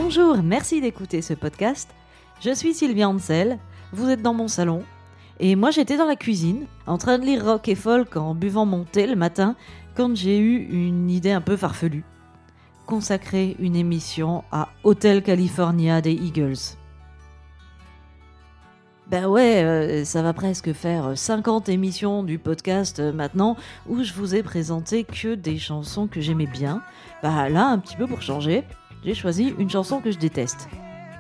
Bonjour, merci d'écouter ce podcast. Je suis Sylvia Ansel, vous êtes dans mon salon, et moi j'étais dans la cuisine, en train de lire rock et folk en buvant mon thé le matin, quand j'ai eu une idée un peu farfelue. Consacrer une émission à Hotel California des Eagles. Ben ouais, ça va presque faire 50 émissions du podcast maintenant où je vous ai présenté que des chansons que j'aimais bien. Bah là, un petit peu pour changer, j'ai choisi une chanson que je déteste.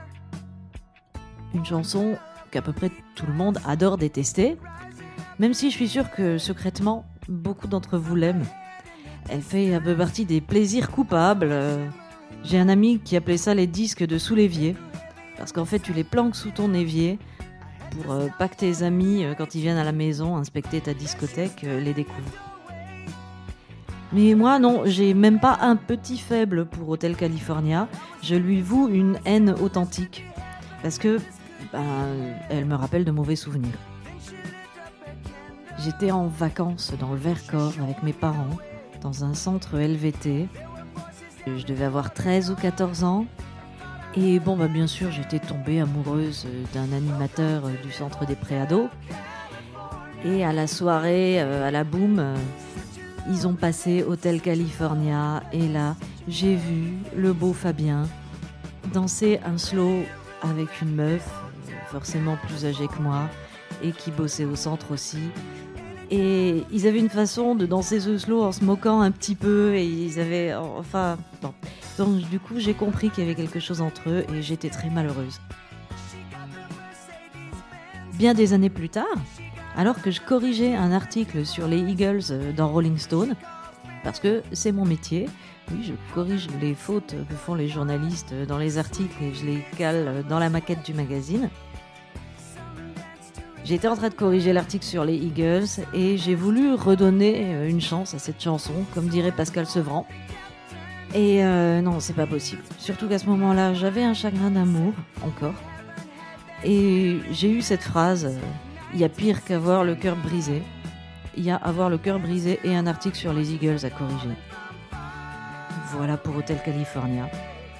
Une chanson qu'à peu près tout le monde adore détester, même si je suis sûre que secrètement, beaucoup d'entre vous l'aiment. Elle fait un peu partie des plaisirs coupables. J'ai un ami qui appelait ça les disques de sous l'évier, parce qu'en fait tu les planques sous ton évier pour pas que tes amis, quand ils viennent à la maison inspecter ta discothèque, les découvrent. Mais moi non, j'ai même pas un petit faible pour Hotel California, je lui voue une haine authentique, parce que elle me rappelle de mauvais souvenirs. J'étais en vacances dans le Vercors avec mes parents, dans un centre LVT. Je devais avoir 13 ou 14 ans. Et bien sûr, j'étais tombée amoureuse d'un animateur du centre des préados. Et à la soirée, à la boum, ils ont passé Hotel California. Et là, j'ai vu le beau Fabien danser un slow avec une meuf, forcément plus âgée que moi, et qui bossait au centre aussi. Et ils avaient une façon de danser ce slow en se moquant un petit peu, et ils avaient... Donc du coup, j'ai compris qu'il y avait quelque chose entre eux, et j'étais très malheureuse. Bien des années plus tard, alors que je corrigeais un article sur les Eagles dans Rolling Stone, parce que c'est mon métier, oui, je corrige les fautes que font les journalistes dans les articles et je les cale dans la maquette du magazine. J'étais en train de corriger l'article sur les Eagles et j'ai voulu redonner une chance à cette chanson, comme dirait Pascal Sevran. Et non, c'est pas possible. Surtout qu'à ce moment-là, j'avais un chagrin d'amour, encore. Et j'ai eu cette phrase, il y a pire qu'avoir le cœur brisé. Il y a avoir le cœur brisé et un article sur les Eagles à corriger. Voilà pour Hotel California.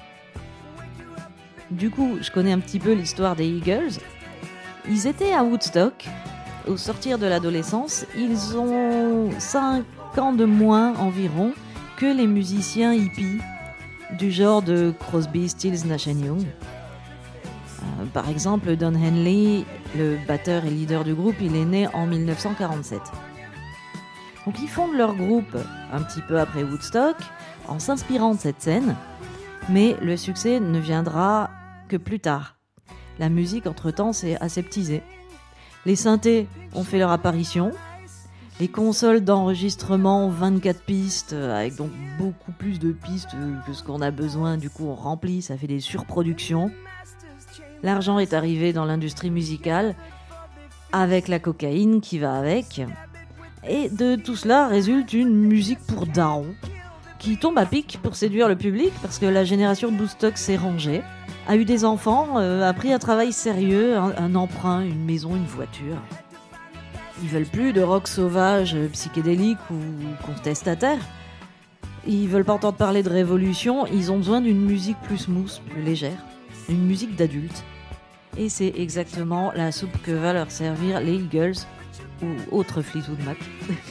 Du coup, je connais un petit peu l'histoire des Eagles. Ils étaient à Woodstock. Au sortir de l'adolescence, ils ont 5 ans de moins environ que les musiciens hippies du genre de Crosby, Stills, Nash & Young. Par exemple, Don Henley, le batteur et leader du groupe, il est né en 1947. Donc ils fondent leur groupe un petit peu après Woodstock, en s'inspirant de cette scène, mais le succès ne viendra que plus tard. La musique, entre-temps, s'est aseptisée. Les synthés ont fait leur apparition. Les consoles d'enregistrement 24 pistes, avec donc beaucoup plus de pistes que ce qu'on a besoin, du coup on remplit, ça fait des surproductions. L'argent est arrivé dans l'industrie musicale, avec la cocaïne qui va avec. Et de tout cela résulte une musique pour darons, qui tombe à pic pour séduire le public, parce que la génération de Woodstock s'est rangée, a eu des enfants, a pris un travail sérieux, un emprunt, une maison, une voiture. Ils veulent plus de rock sauvage, psychédélique ou contestataire. Ils veulent pas entendre parler de révolution, ils ont besoin d'une musique plus smooth, plus légère. Une musique d'adulte. Et c'est exactement la soupe que va leur servir les Eagles ou autres Fleetwood Mac.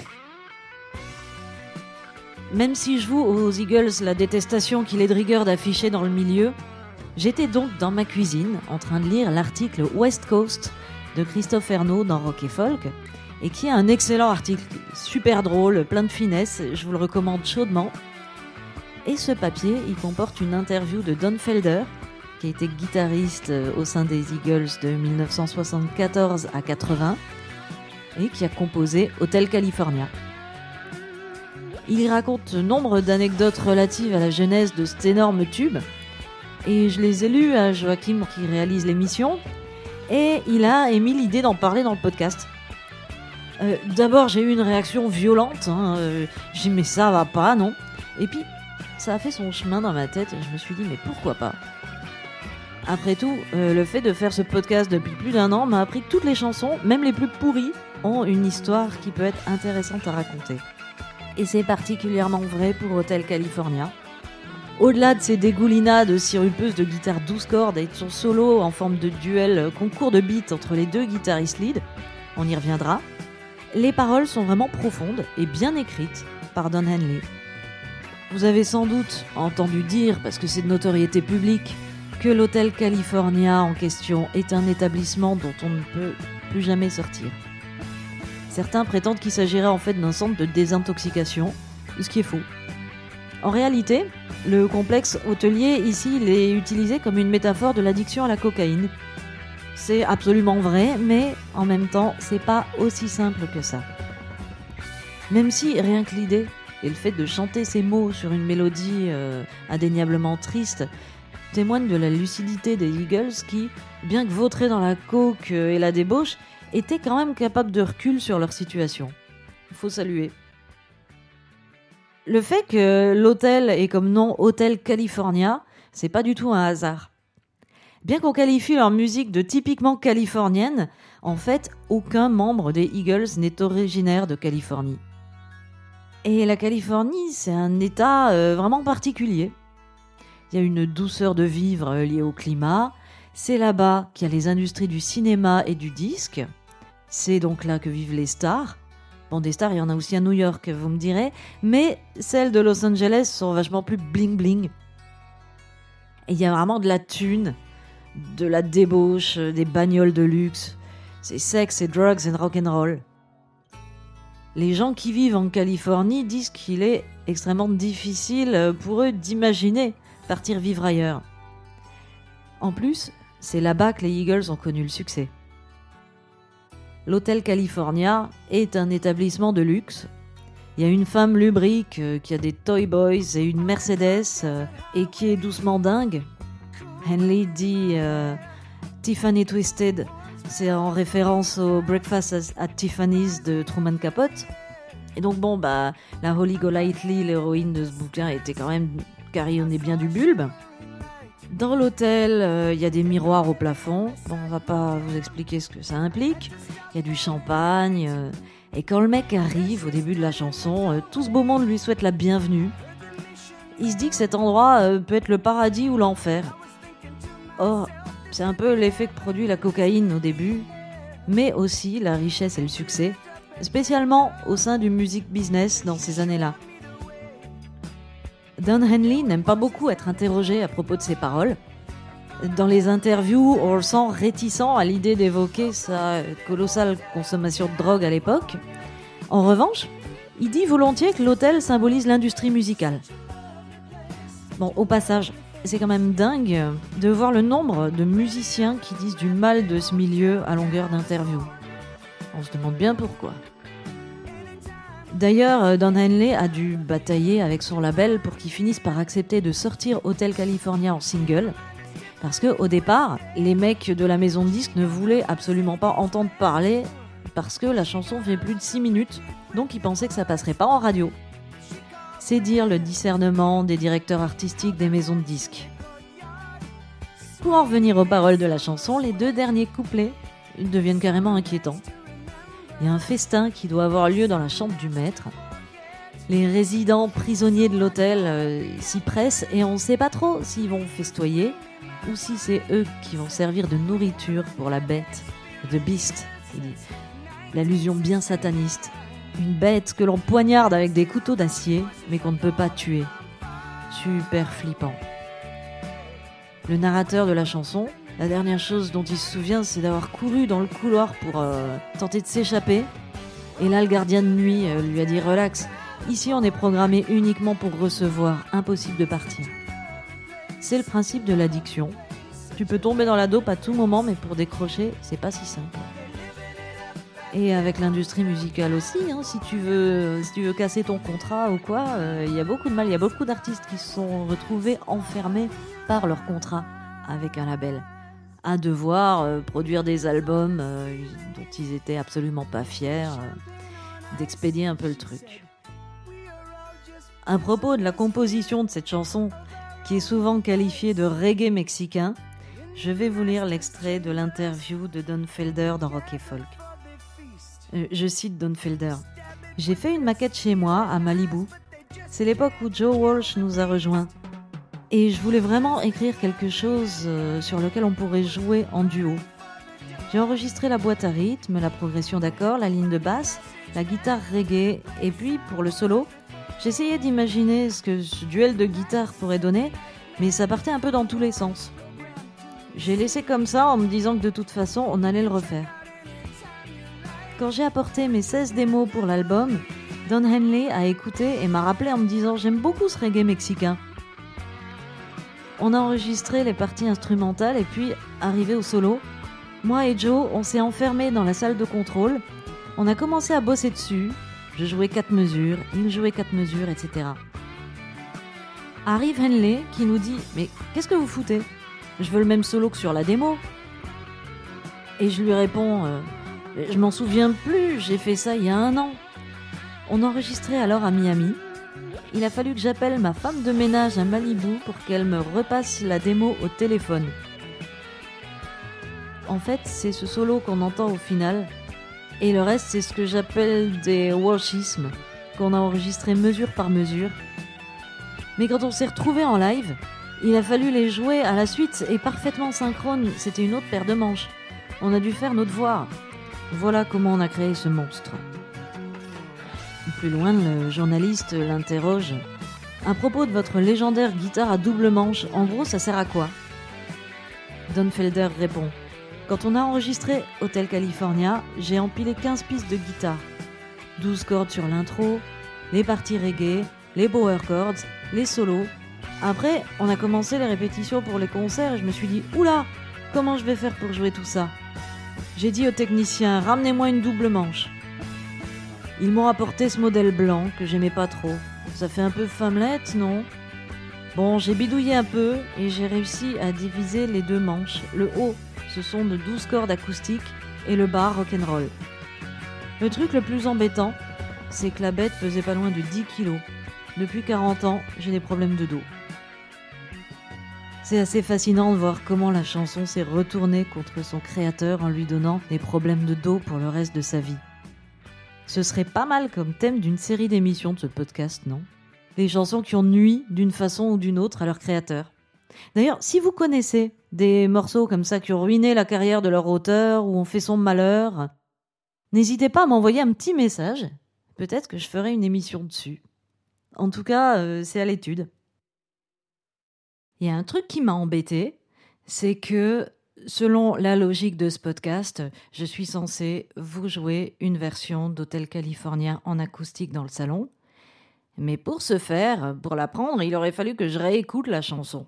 Même si je voue aux Eagles la détestation qu'il est de rigueur d'afficher dans le milieu, j'étais donc dans ma cuisine en train de lire l'article West Coast de Christophe Ernaud dans Rock et Folk, et qui est un excellent article, super drôle, plein de finesse, je vous le recommande chaudement. Et ce papier, il comporte une interview de Don Felder, qui a été guitariste au sein des Eagles de 1974 à 80, et qui a composé Hotel California. Il y raconte nombre d'anecdotes relatives à la genèse de cet énorme tube, et je les ai lues à Joachim qui réalise l'émission, et il a émis l'idée d'en parler dans le podcast. D'abord j'ai eu une réaction violente, j'ai dit mais ça va pas, non? Et puis ça a fait son chemin dans ma tête et je me suis dit mais pourquoi pas? Après tout, le fait de faire ce podcast depuis plus d'1 an m'a appris que toutes les chansons, même les plus pourries, ont une histoire qui peut être intéressante à raconter. Et c'est particulièrement vrai pour Hotel California. Au-delà de ces dégoulinades sirupeuses de guitare 12 cordes et de son solo en forme de duel concours de beats entre les deux guitaristes lead, on y reviendra, les paroles sont vraiment profondes et bien écrites par Don Henley. Vous avez sans doute entendu dire, parce que c'est de notoriété publique, que l'hôtel California en question est un établissement dont on ne peut plus jamais sortir. Certains prétendent qu'il s'agirait en fait d'un centre de désintoxication, ce qui est faux. En réalité, le complexe hôtelier ici il est utilisé comme une métaphore de l'addiction à la cocaïne. C'est absolument vrai, mais en même temps, c'est pas aussi simple que ça. Même si rien que l'idée et le fait de chanter ces mots sur une mélodie indéniablement triste témoignent de la lucidité des Eagles qui, bien que vautrés dans la coke et la débauche, étaient quand même capables de recul sur leur situation. Il faut saluer. Le fait que l'hôtel ait comme nom Hôtel California, c'est pas du tout un hasard. Bien qu'on qualifie leur musique de typiquement californienne, en fait, aucun membre des Eagles n'est originaire de Californie. Et la Californie, c'est un état vraiment particulier. Il y a une douceur de vivre liée au climat. C'est là-bas qu'il y a les industries du cinéma et du disque. C'est donc là que vivent les stars. Bon, des stars, il y en a aussi à New York, vous me direz. Mais celles de Los Angeles sont vachement plus bling-bling. Et il y a vraiment de la thune, de la débauche, des bagnoles de luxe. C'est sex et drugs and rock'n'roll. Les gens qui vivent en Californie disent qu'il est extrêmement difficile pour eux d'imaginer partir vivre ailleurs. En plus, c'est là-bas que les Eagles ont connu le succès. L'hôtel California est un établissement de luxe. Il y a une femme lubrique qui a des Toy Boys et une Mercedes et qui est doucement dingue. Henley dit Tiffany Twisted. C'est en référence au Breakfast at Tiffany's de Truman Capote. Et donc la Holly Golightly, l'héroïne de ce bouquin, était quand même carillonnée bien du bulbe. Dans l'hôtel, il y a des miroirs au plafond. Bon, on va pas vous expliquer ce que ça implique. Il y a du champagne. Et quand le mec arrive au début de la chanson, tout ce beau monde lui souhaite la bienvenue. Il se dit que cet endroit peut être le paradis ou l'enfer. Or, c'est un peu l'effet que produit la cocaïne au début, mais aussi la richesse et le succès, spécialement au sein du music business dans ces années-là. Don Henley n'aime pas beaucoup être interrogé à propos de ses paroles. Dans les interviews, on le sent réticent à l'idée d'évoquer sa colossale consommation de drogue à l'époque. En revanche, il dit volontiers que l'hôtel symbolise l'industrie musicale. Bon, au passage, c'est quand même dingue de voir le nombre de musiciens qui disent du mal de ce milieu à longueur d'interview. On se demande bien pourquoi. D'ailleurs, Don Henley a dû batailler avec son label pour qu'il finisse par accepter de sortir Hotel California en single, parce qu'au départ, les mecs de la maison de disques ne voulaient absolument pas entendre parler, parce que la chanson fait plus de 6 minutes, donc ils pensaient que ça passerait pas en radio. C'est dire le discernement des directeurs artistiques des maisons de disques. Pour en revenir aux paroles de la chanson, les 2 derniers couplets deviennent carrément inquiétants. Il y a un festin qui doit avoir lieu dans la chambre du maître. Les résidents prisonniers de l'hôtel s'y pressent et on ne sait pas trop s'ils vont festoyer ou si c'est eux qui vont servir de nourriture pour la bête, the beast, il dit. L'allusion bien sataniste. Une bête que l'on poignarde avec des couteaux d'acier, mais qu'on ne peut pas tuer. Super flippant. Le narrateur de la chanson, la dernière chose dont il se souvient, c'est d'avoir couru dans le couloir pour tenter de s'échapper. Et là, le gardien de nuit lui a dit « Relax, ici on est programmé uniquement pour recevoir, impossible de partir. » C'est le principe de l'addiction. Tu peux tomber dans la dope à tout moment, mais pour décrocher, c'est pas si simple. Et avec l'industrie musicale aussi, hein, si tu veux casser ton contrat ou quoi, il y a beaucoup de mal. Il y a beaucoup d'artistes qui se sont retrouvés enfermés par leur contrat avec un label, à devoir produire des albums dont ils étaient absolument pas fiers, d'expédier un peu le truc. À propos de la composition de cette chanson, qui est souvent qualifiée de reggae mexicain, je vais vous lire l'extrait de l'interview de Don Felder dans Rock et Folk. Je cite Don Felder. « J'ai fait une maquette chez moi, à Malibu. C'est l'époque où Joe Walsh nous a rejoints. Et je voulais vraiment écrire quelque chose sur lequel on pourrait jouer en duo. J'ai enregistré la boîte à rythme, la progression d'accords, la ligne de basse, la guitare reggae, et puis pour le solo, j'essayais d'imaginer ce que ce duel de guitare pourrait donner, mais ça partait un peu dans tous les sens. J'ai laissé comme ça en me disant que de toute façon, on allait le refaire. Quand j'ai apporté mes 16 démos pour l'album, Don Henley a écouté et m'a rappelé en me disant « J'aime beaucoup ce reggae mexicain ». On a enregistré les parties instrumentales et puis, arrivé au solo, moi et Joe, on s'est enfermés dans la salle de contrôle, on a commencé à bosser dessus, je jouais 4 mesures, il jouait 4 mesures, etc. Arrive Henley qui nous dit « Mais qu'est-ce que vous foutez ? Je veux le même solo que sur la démo ». Et je lui réponds « Je m'en souviens plus, j'ai fait ça il y a 1 an ». On enregistrait alors à Miami. Il a fallu que j'appelle ma femme de ménage à Malibu pour qu'elle me repasse la démo au téléphone. En fait, c'est ce solo qu'on entend au final, et le reste, c'est ce que j'appelle des washismes, qu'on a enregistré mesure par mesure. Mais quand on s'est retrouvés en live, il a fallu les jouer à la suite et parfaitement synchrones, c'était une autre paire de manches. On a dû faire nos devoirs. Voilà comment on a créé ce monstre. Plus loin, le journaliste l'interroge. À propos de votre légendaire guitare à double manche, en gros, ça sert à quoi ? Don Felder répond. Quand on a enregistré Hotel California, j'ai empilé 15 pistes de guitare. 12 cordes sur l'intro, les parties reggae, les power chords, les solos. Après, on a commencé les répétitions pour les concerts et je me suis dit « Oula, comment je vais faire pour jouer tout ça ?» J'ai dit au technicien « Ramenez-moi une double manche ». Ils m'ont apporté ce modèle blanc que j'aimais pas trop. Ça fait un peu femmelette, non ? Bon, j'ai bidouillé un peu et j'ai réussi à diviser les 2 manches. Le haut, ce sont de 12 cordes acoustiques et le bas, rock'n'roll. Le truc le plus embêtant, c'est que la bête pesait pas loin de 10 kilos. Depuis 40 ans, j'ai des problèmes de dos. C'est assez fascinant de voir comment la chanson s'est retournée contre son créateur en lui donnant des problèmes de dos pour le reste de sa vie. Ce serait pas mal comme thème d'une série d'émissions de ce podcast, non ? Les chansons qui ont nui d'une façon ou d'une autre à leur créateur. D'ailleurs, si vous connaissez des morceaux comme ça qui ont ruiné la carrière de leur auteur ou ont fait son malheur, n'hésitez pas à m'envoyer un petit message. Peut-être que je ferai une émission dessus. En tout cas, c'est à l'étude. Il y a un truc qui m'a embêté, c'est que, selon la logique de ce podcast, je suis censée vous jouer une version d'Hotel California en acoustique dans le salon. Mais pour ce faire, pour l'apprendre, il aurait fallu que je réécoute la chanson.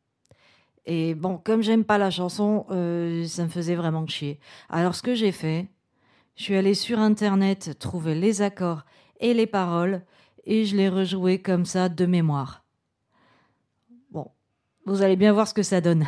Et bon, comme j'aime pas la chanson, ça me faisait vraiment chier. Alors ce que j'ai fait, je suis allée sur Internet trouver les accords et les paroles et je les rejouais comme ça de mémoire. Bon, vous allez bien voir ce que ça donne.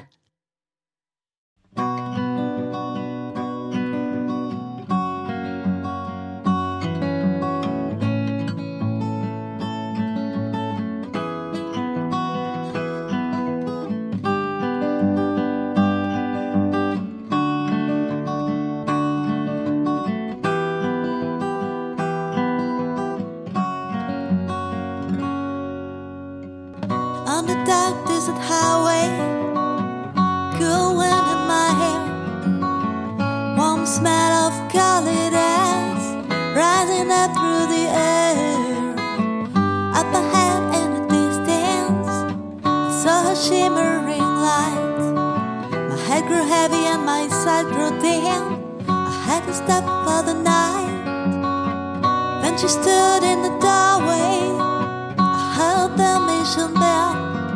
On the dark desert highway, cool wind in my hair, warm smell of colored eyes rising up through the air. Up ahead in the distance, I saw a shimmering light. My head grew heavy and my sight grew dim. I had to stop for the night. Then she stood in the doorway. I heard the mission bell.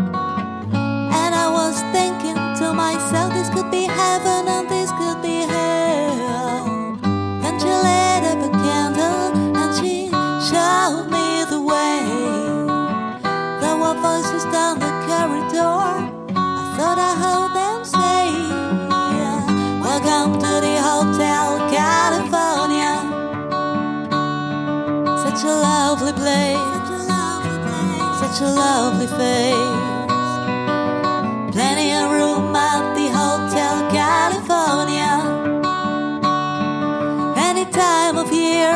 Thinking to myself, this could be heaven and this could be hell. Then she lit up a candle and she showed me the way. There were voices down the corridor. I thought I heard them say, welcome to the Hotel California. Such a lovely place, such a lovely face. Plenty of room at the Hotel California. Any time of year,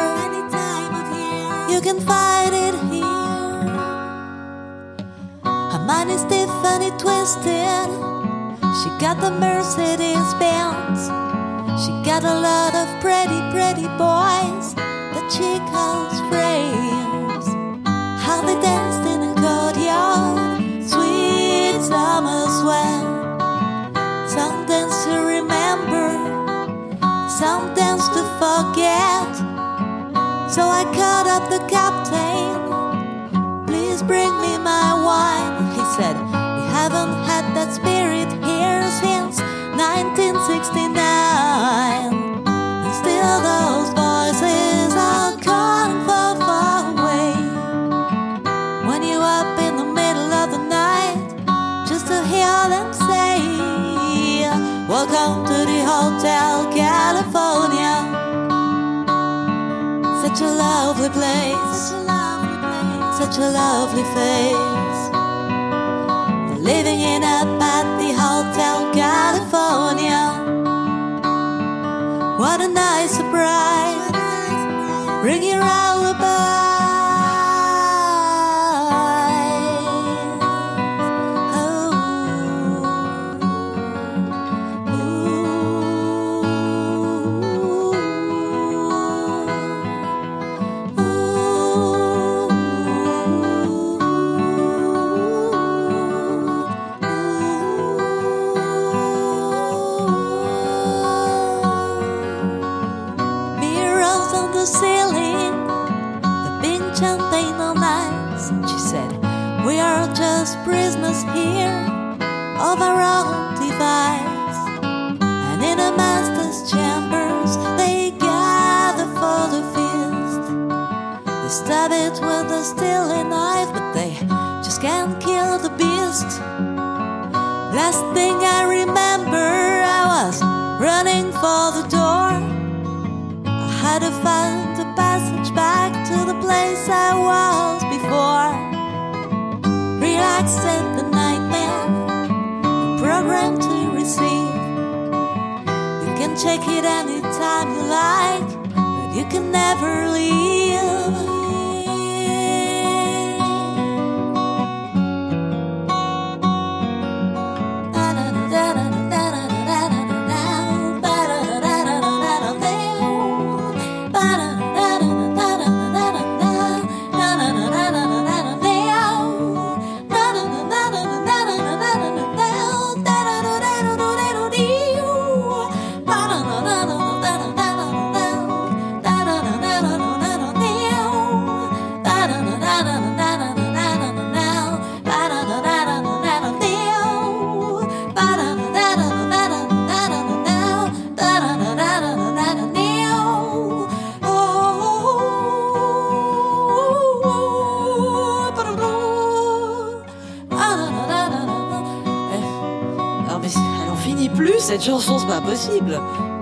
you can find it here. Her mind is stiff funny twisted. She got the Mercedes Benz. She got a lot of pretty, pretty boys that she calls friends. How they danced in a courtyard, sweet summer sweat. Some dance to remember, some dance to forget. So I called up the captain. Please bring me my wine. He said, we haven't had that spirit here since 1969. And still those voices are calling far, far away. When you're up in the middle of the night, just to hear them say, welcome to the Hotel California. Such a lovely place, such a lovely face. Living it up at the Hotel California. What a nice surprise. Ring your alibi. Ceiling, the pink champagne on ice. She said, we are just prisoners here of our own device. And in the master's chambers they gather for the feast. They stab it with a steely knife, but they just can't kill the beast. Last thing I remember, I was running for the door. Had to find a passage back to the place I was before. Relax, said the nightmare, the program to receive. You can check it anytime you like, but you can never leave. Cette chanson, c'est pas possible.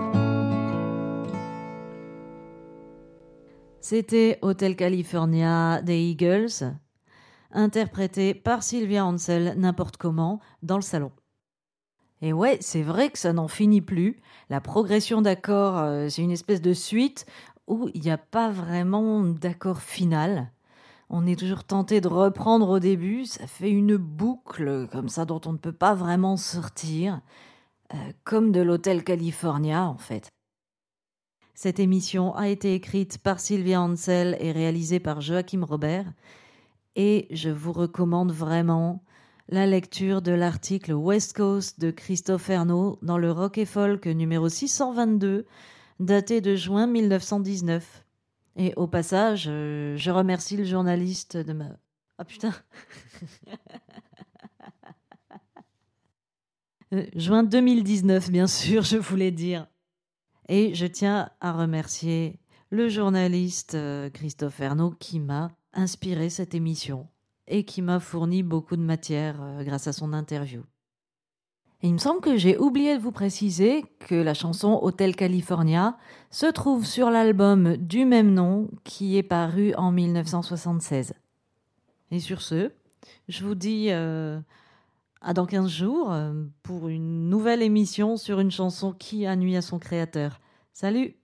C'était Hotel California des Eagles, interprété par Sylvia Ansel n'importe comment dans le salon. Et ouais, c'est vrai que ça n'en finit plus. La progression d'accords, c'est une espèce de suite où il n'y a pas vraiment d'accord final. On est toujours tenté de reprendre au début, ça fait une boucle comme ça dont on ne peut pas vraiment sortir. Comme de l'Hotel California, en fait. Cette émission a été écrite par Sylvia Ansel et réalisée par Joachim Robert. Et je vous recommande vraiment la lecture de l'article West Coast de Christophe Ernaud dans le Rock et Folk numéro 622, daté de juin 1919. Et au passage, je remercie le journaliste de ma... Ah putain Juin 2019, bien sûr, je voulais dire. Et je tiens à remercier le journaliste Christophe Ernaud qui m'a inspiré cette émission et qui m'a fourni beaucoup de matière grâce à son interview. Et il me semble que j'ai oublié de vous préciser que la chanson Hotel California se trouve sur l'album du même nom qui est paru en 1976. Et sur ce, je vous dis... à dans 15 jours pour une nouvelle émission sur une chanson qui a nui à son créateur. Salut!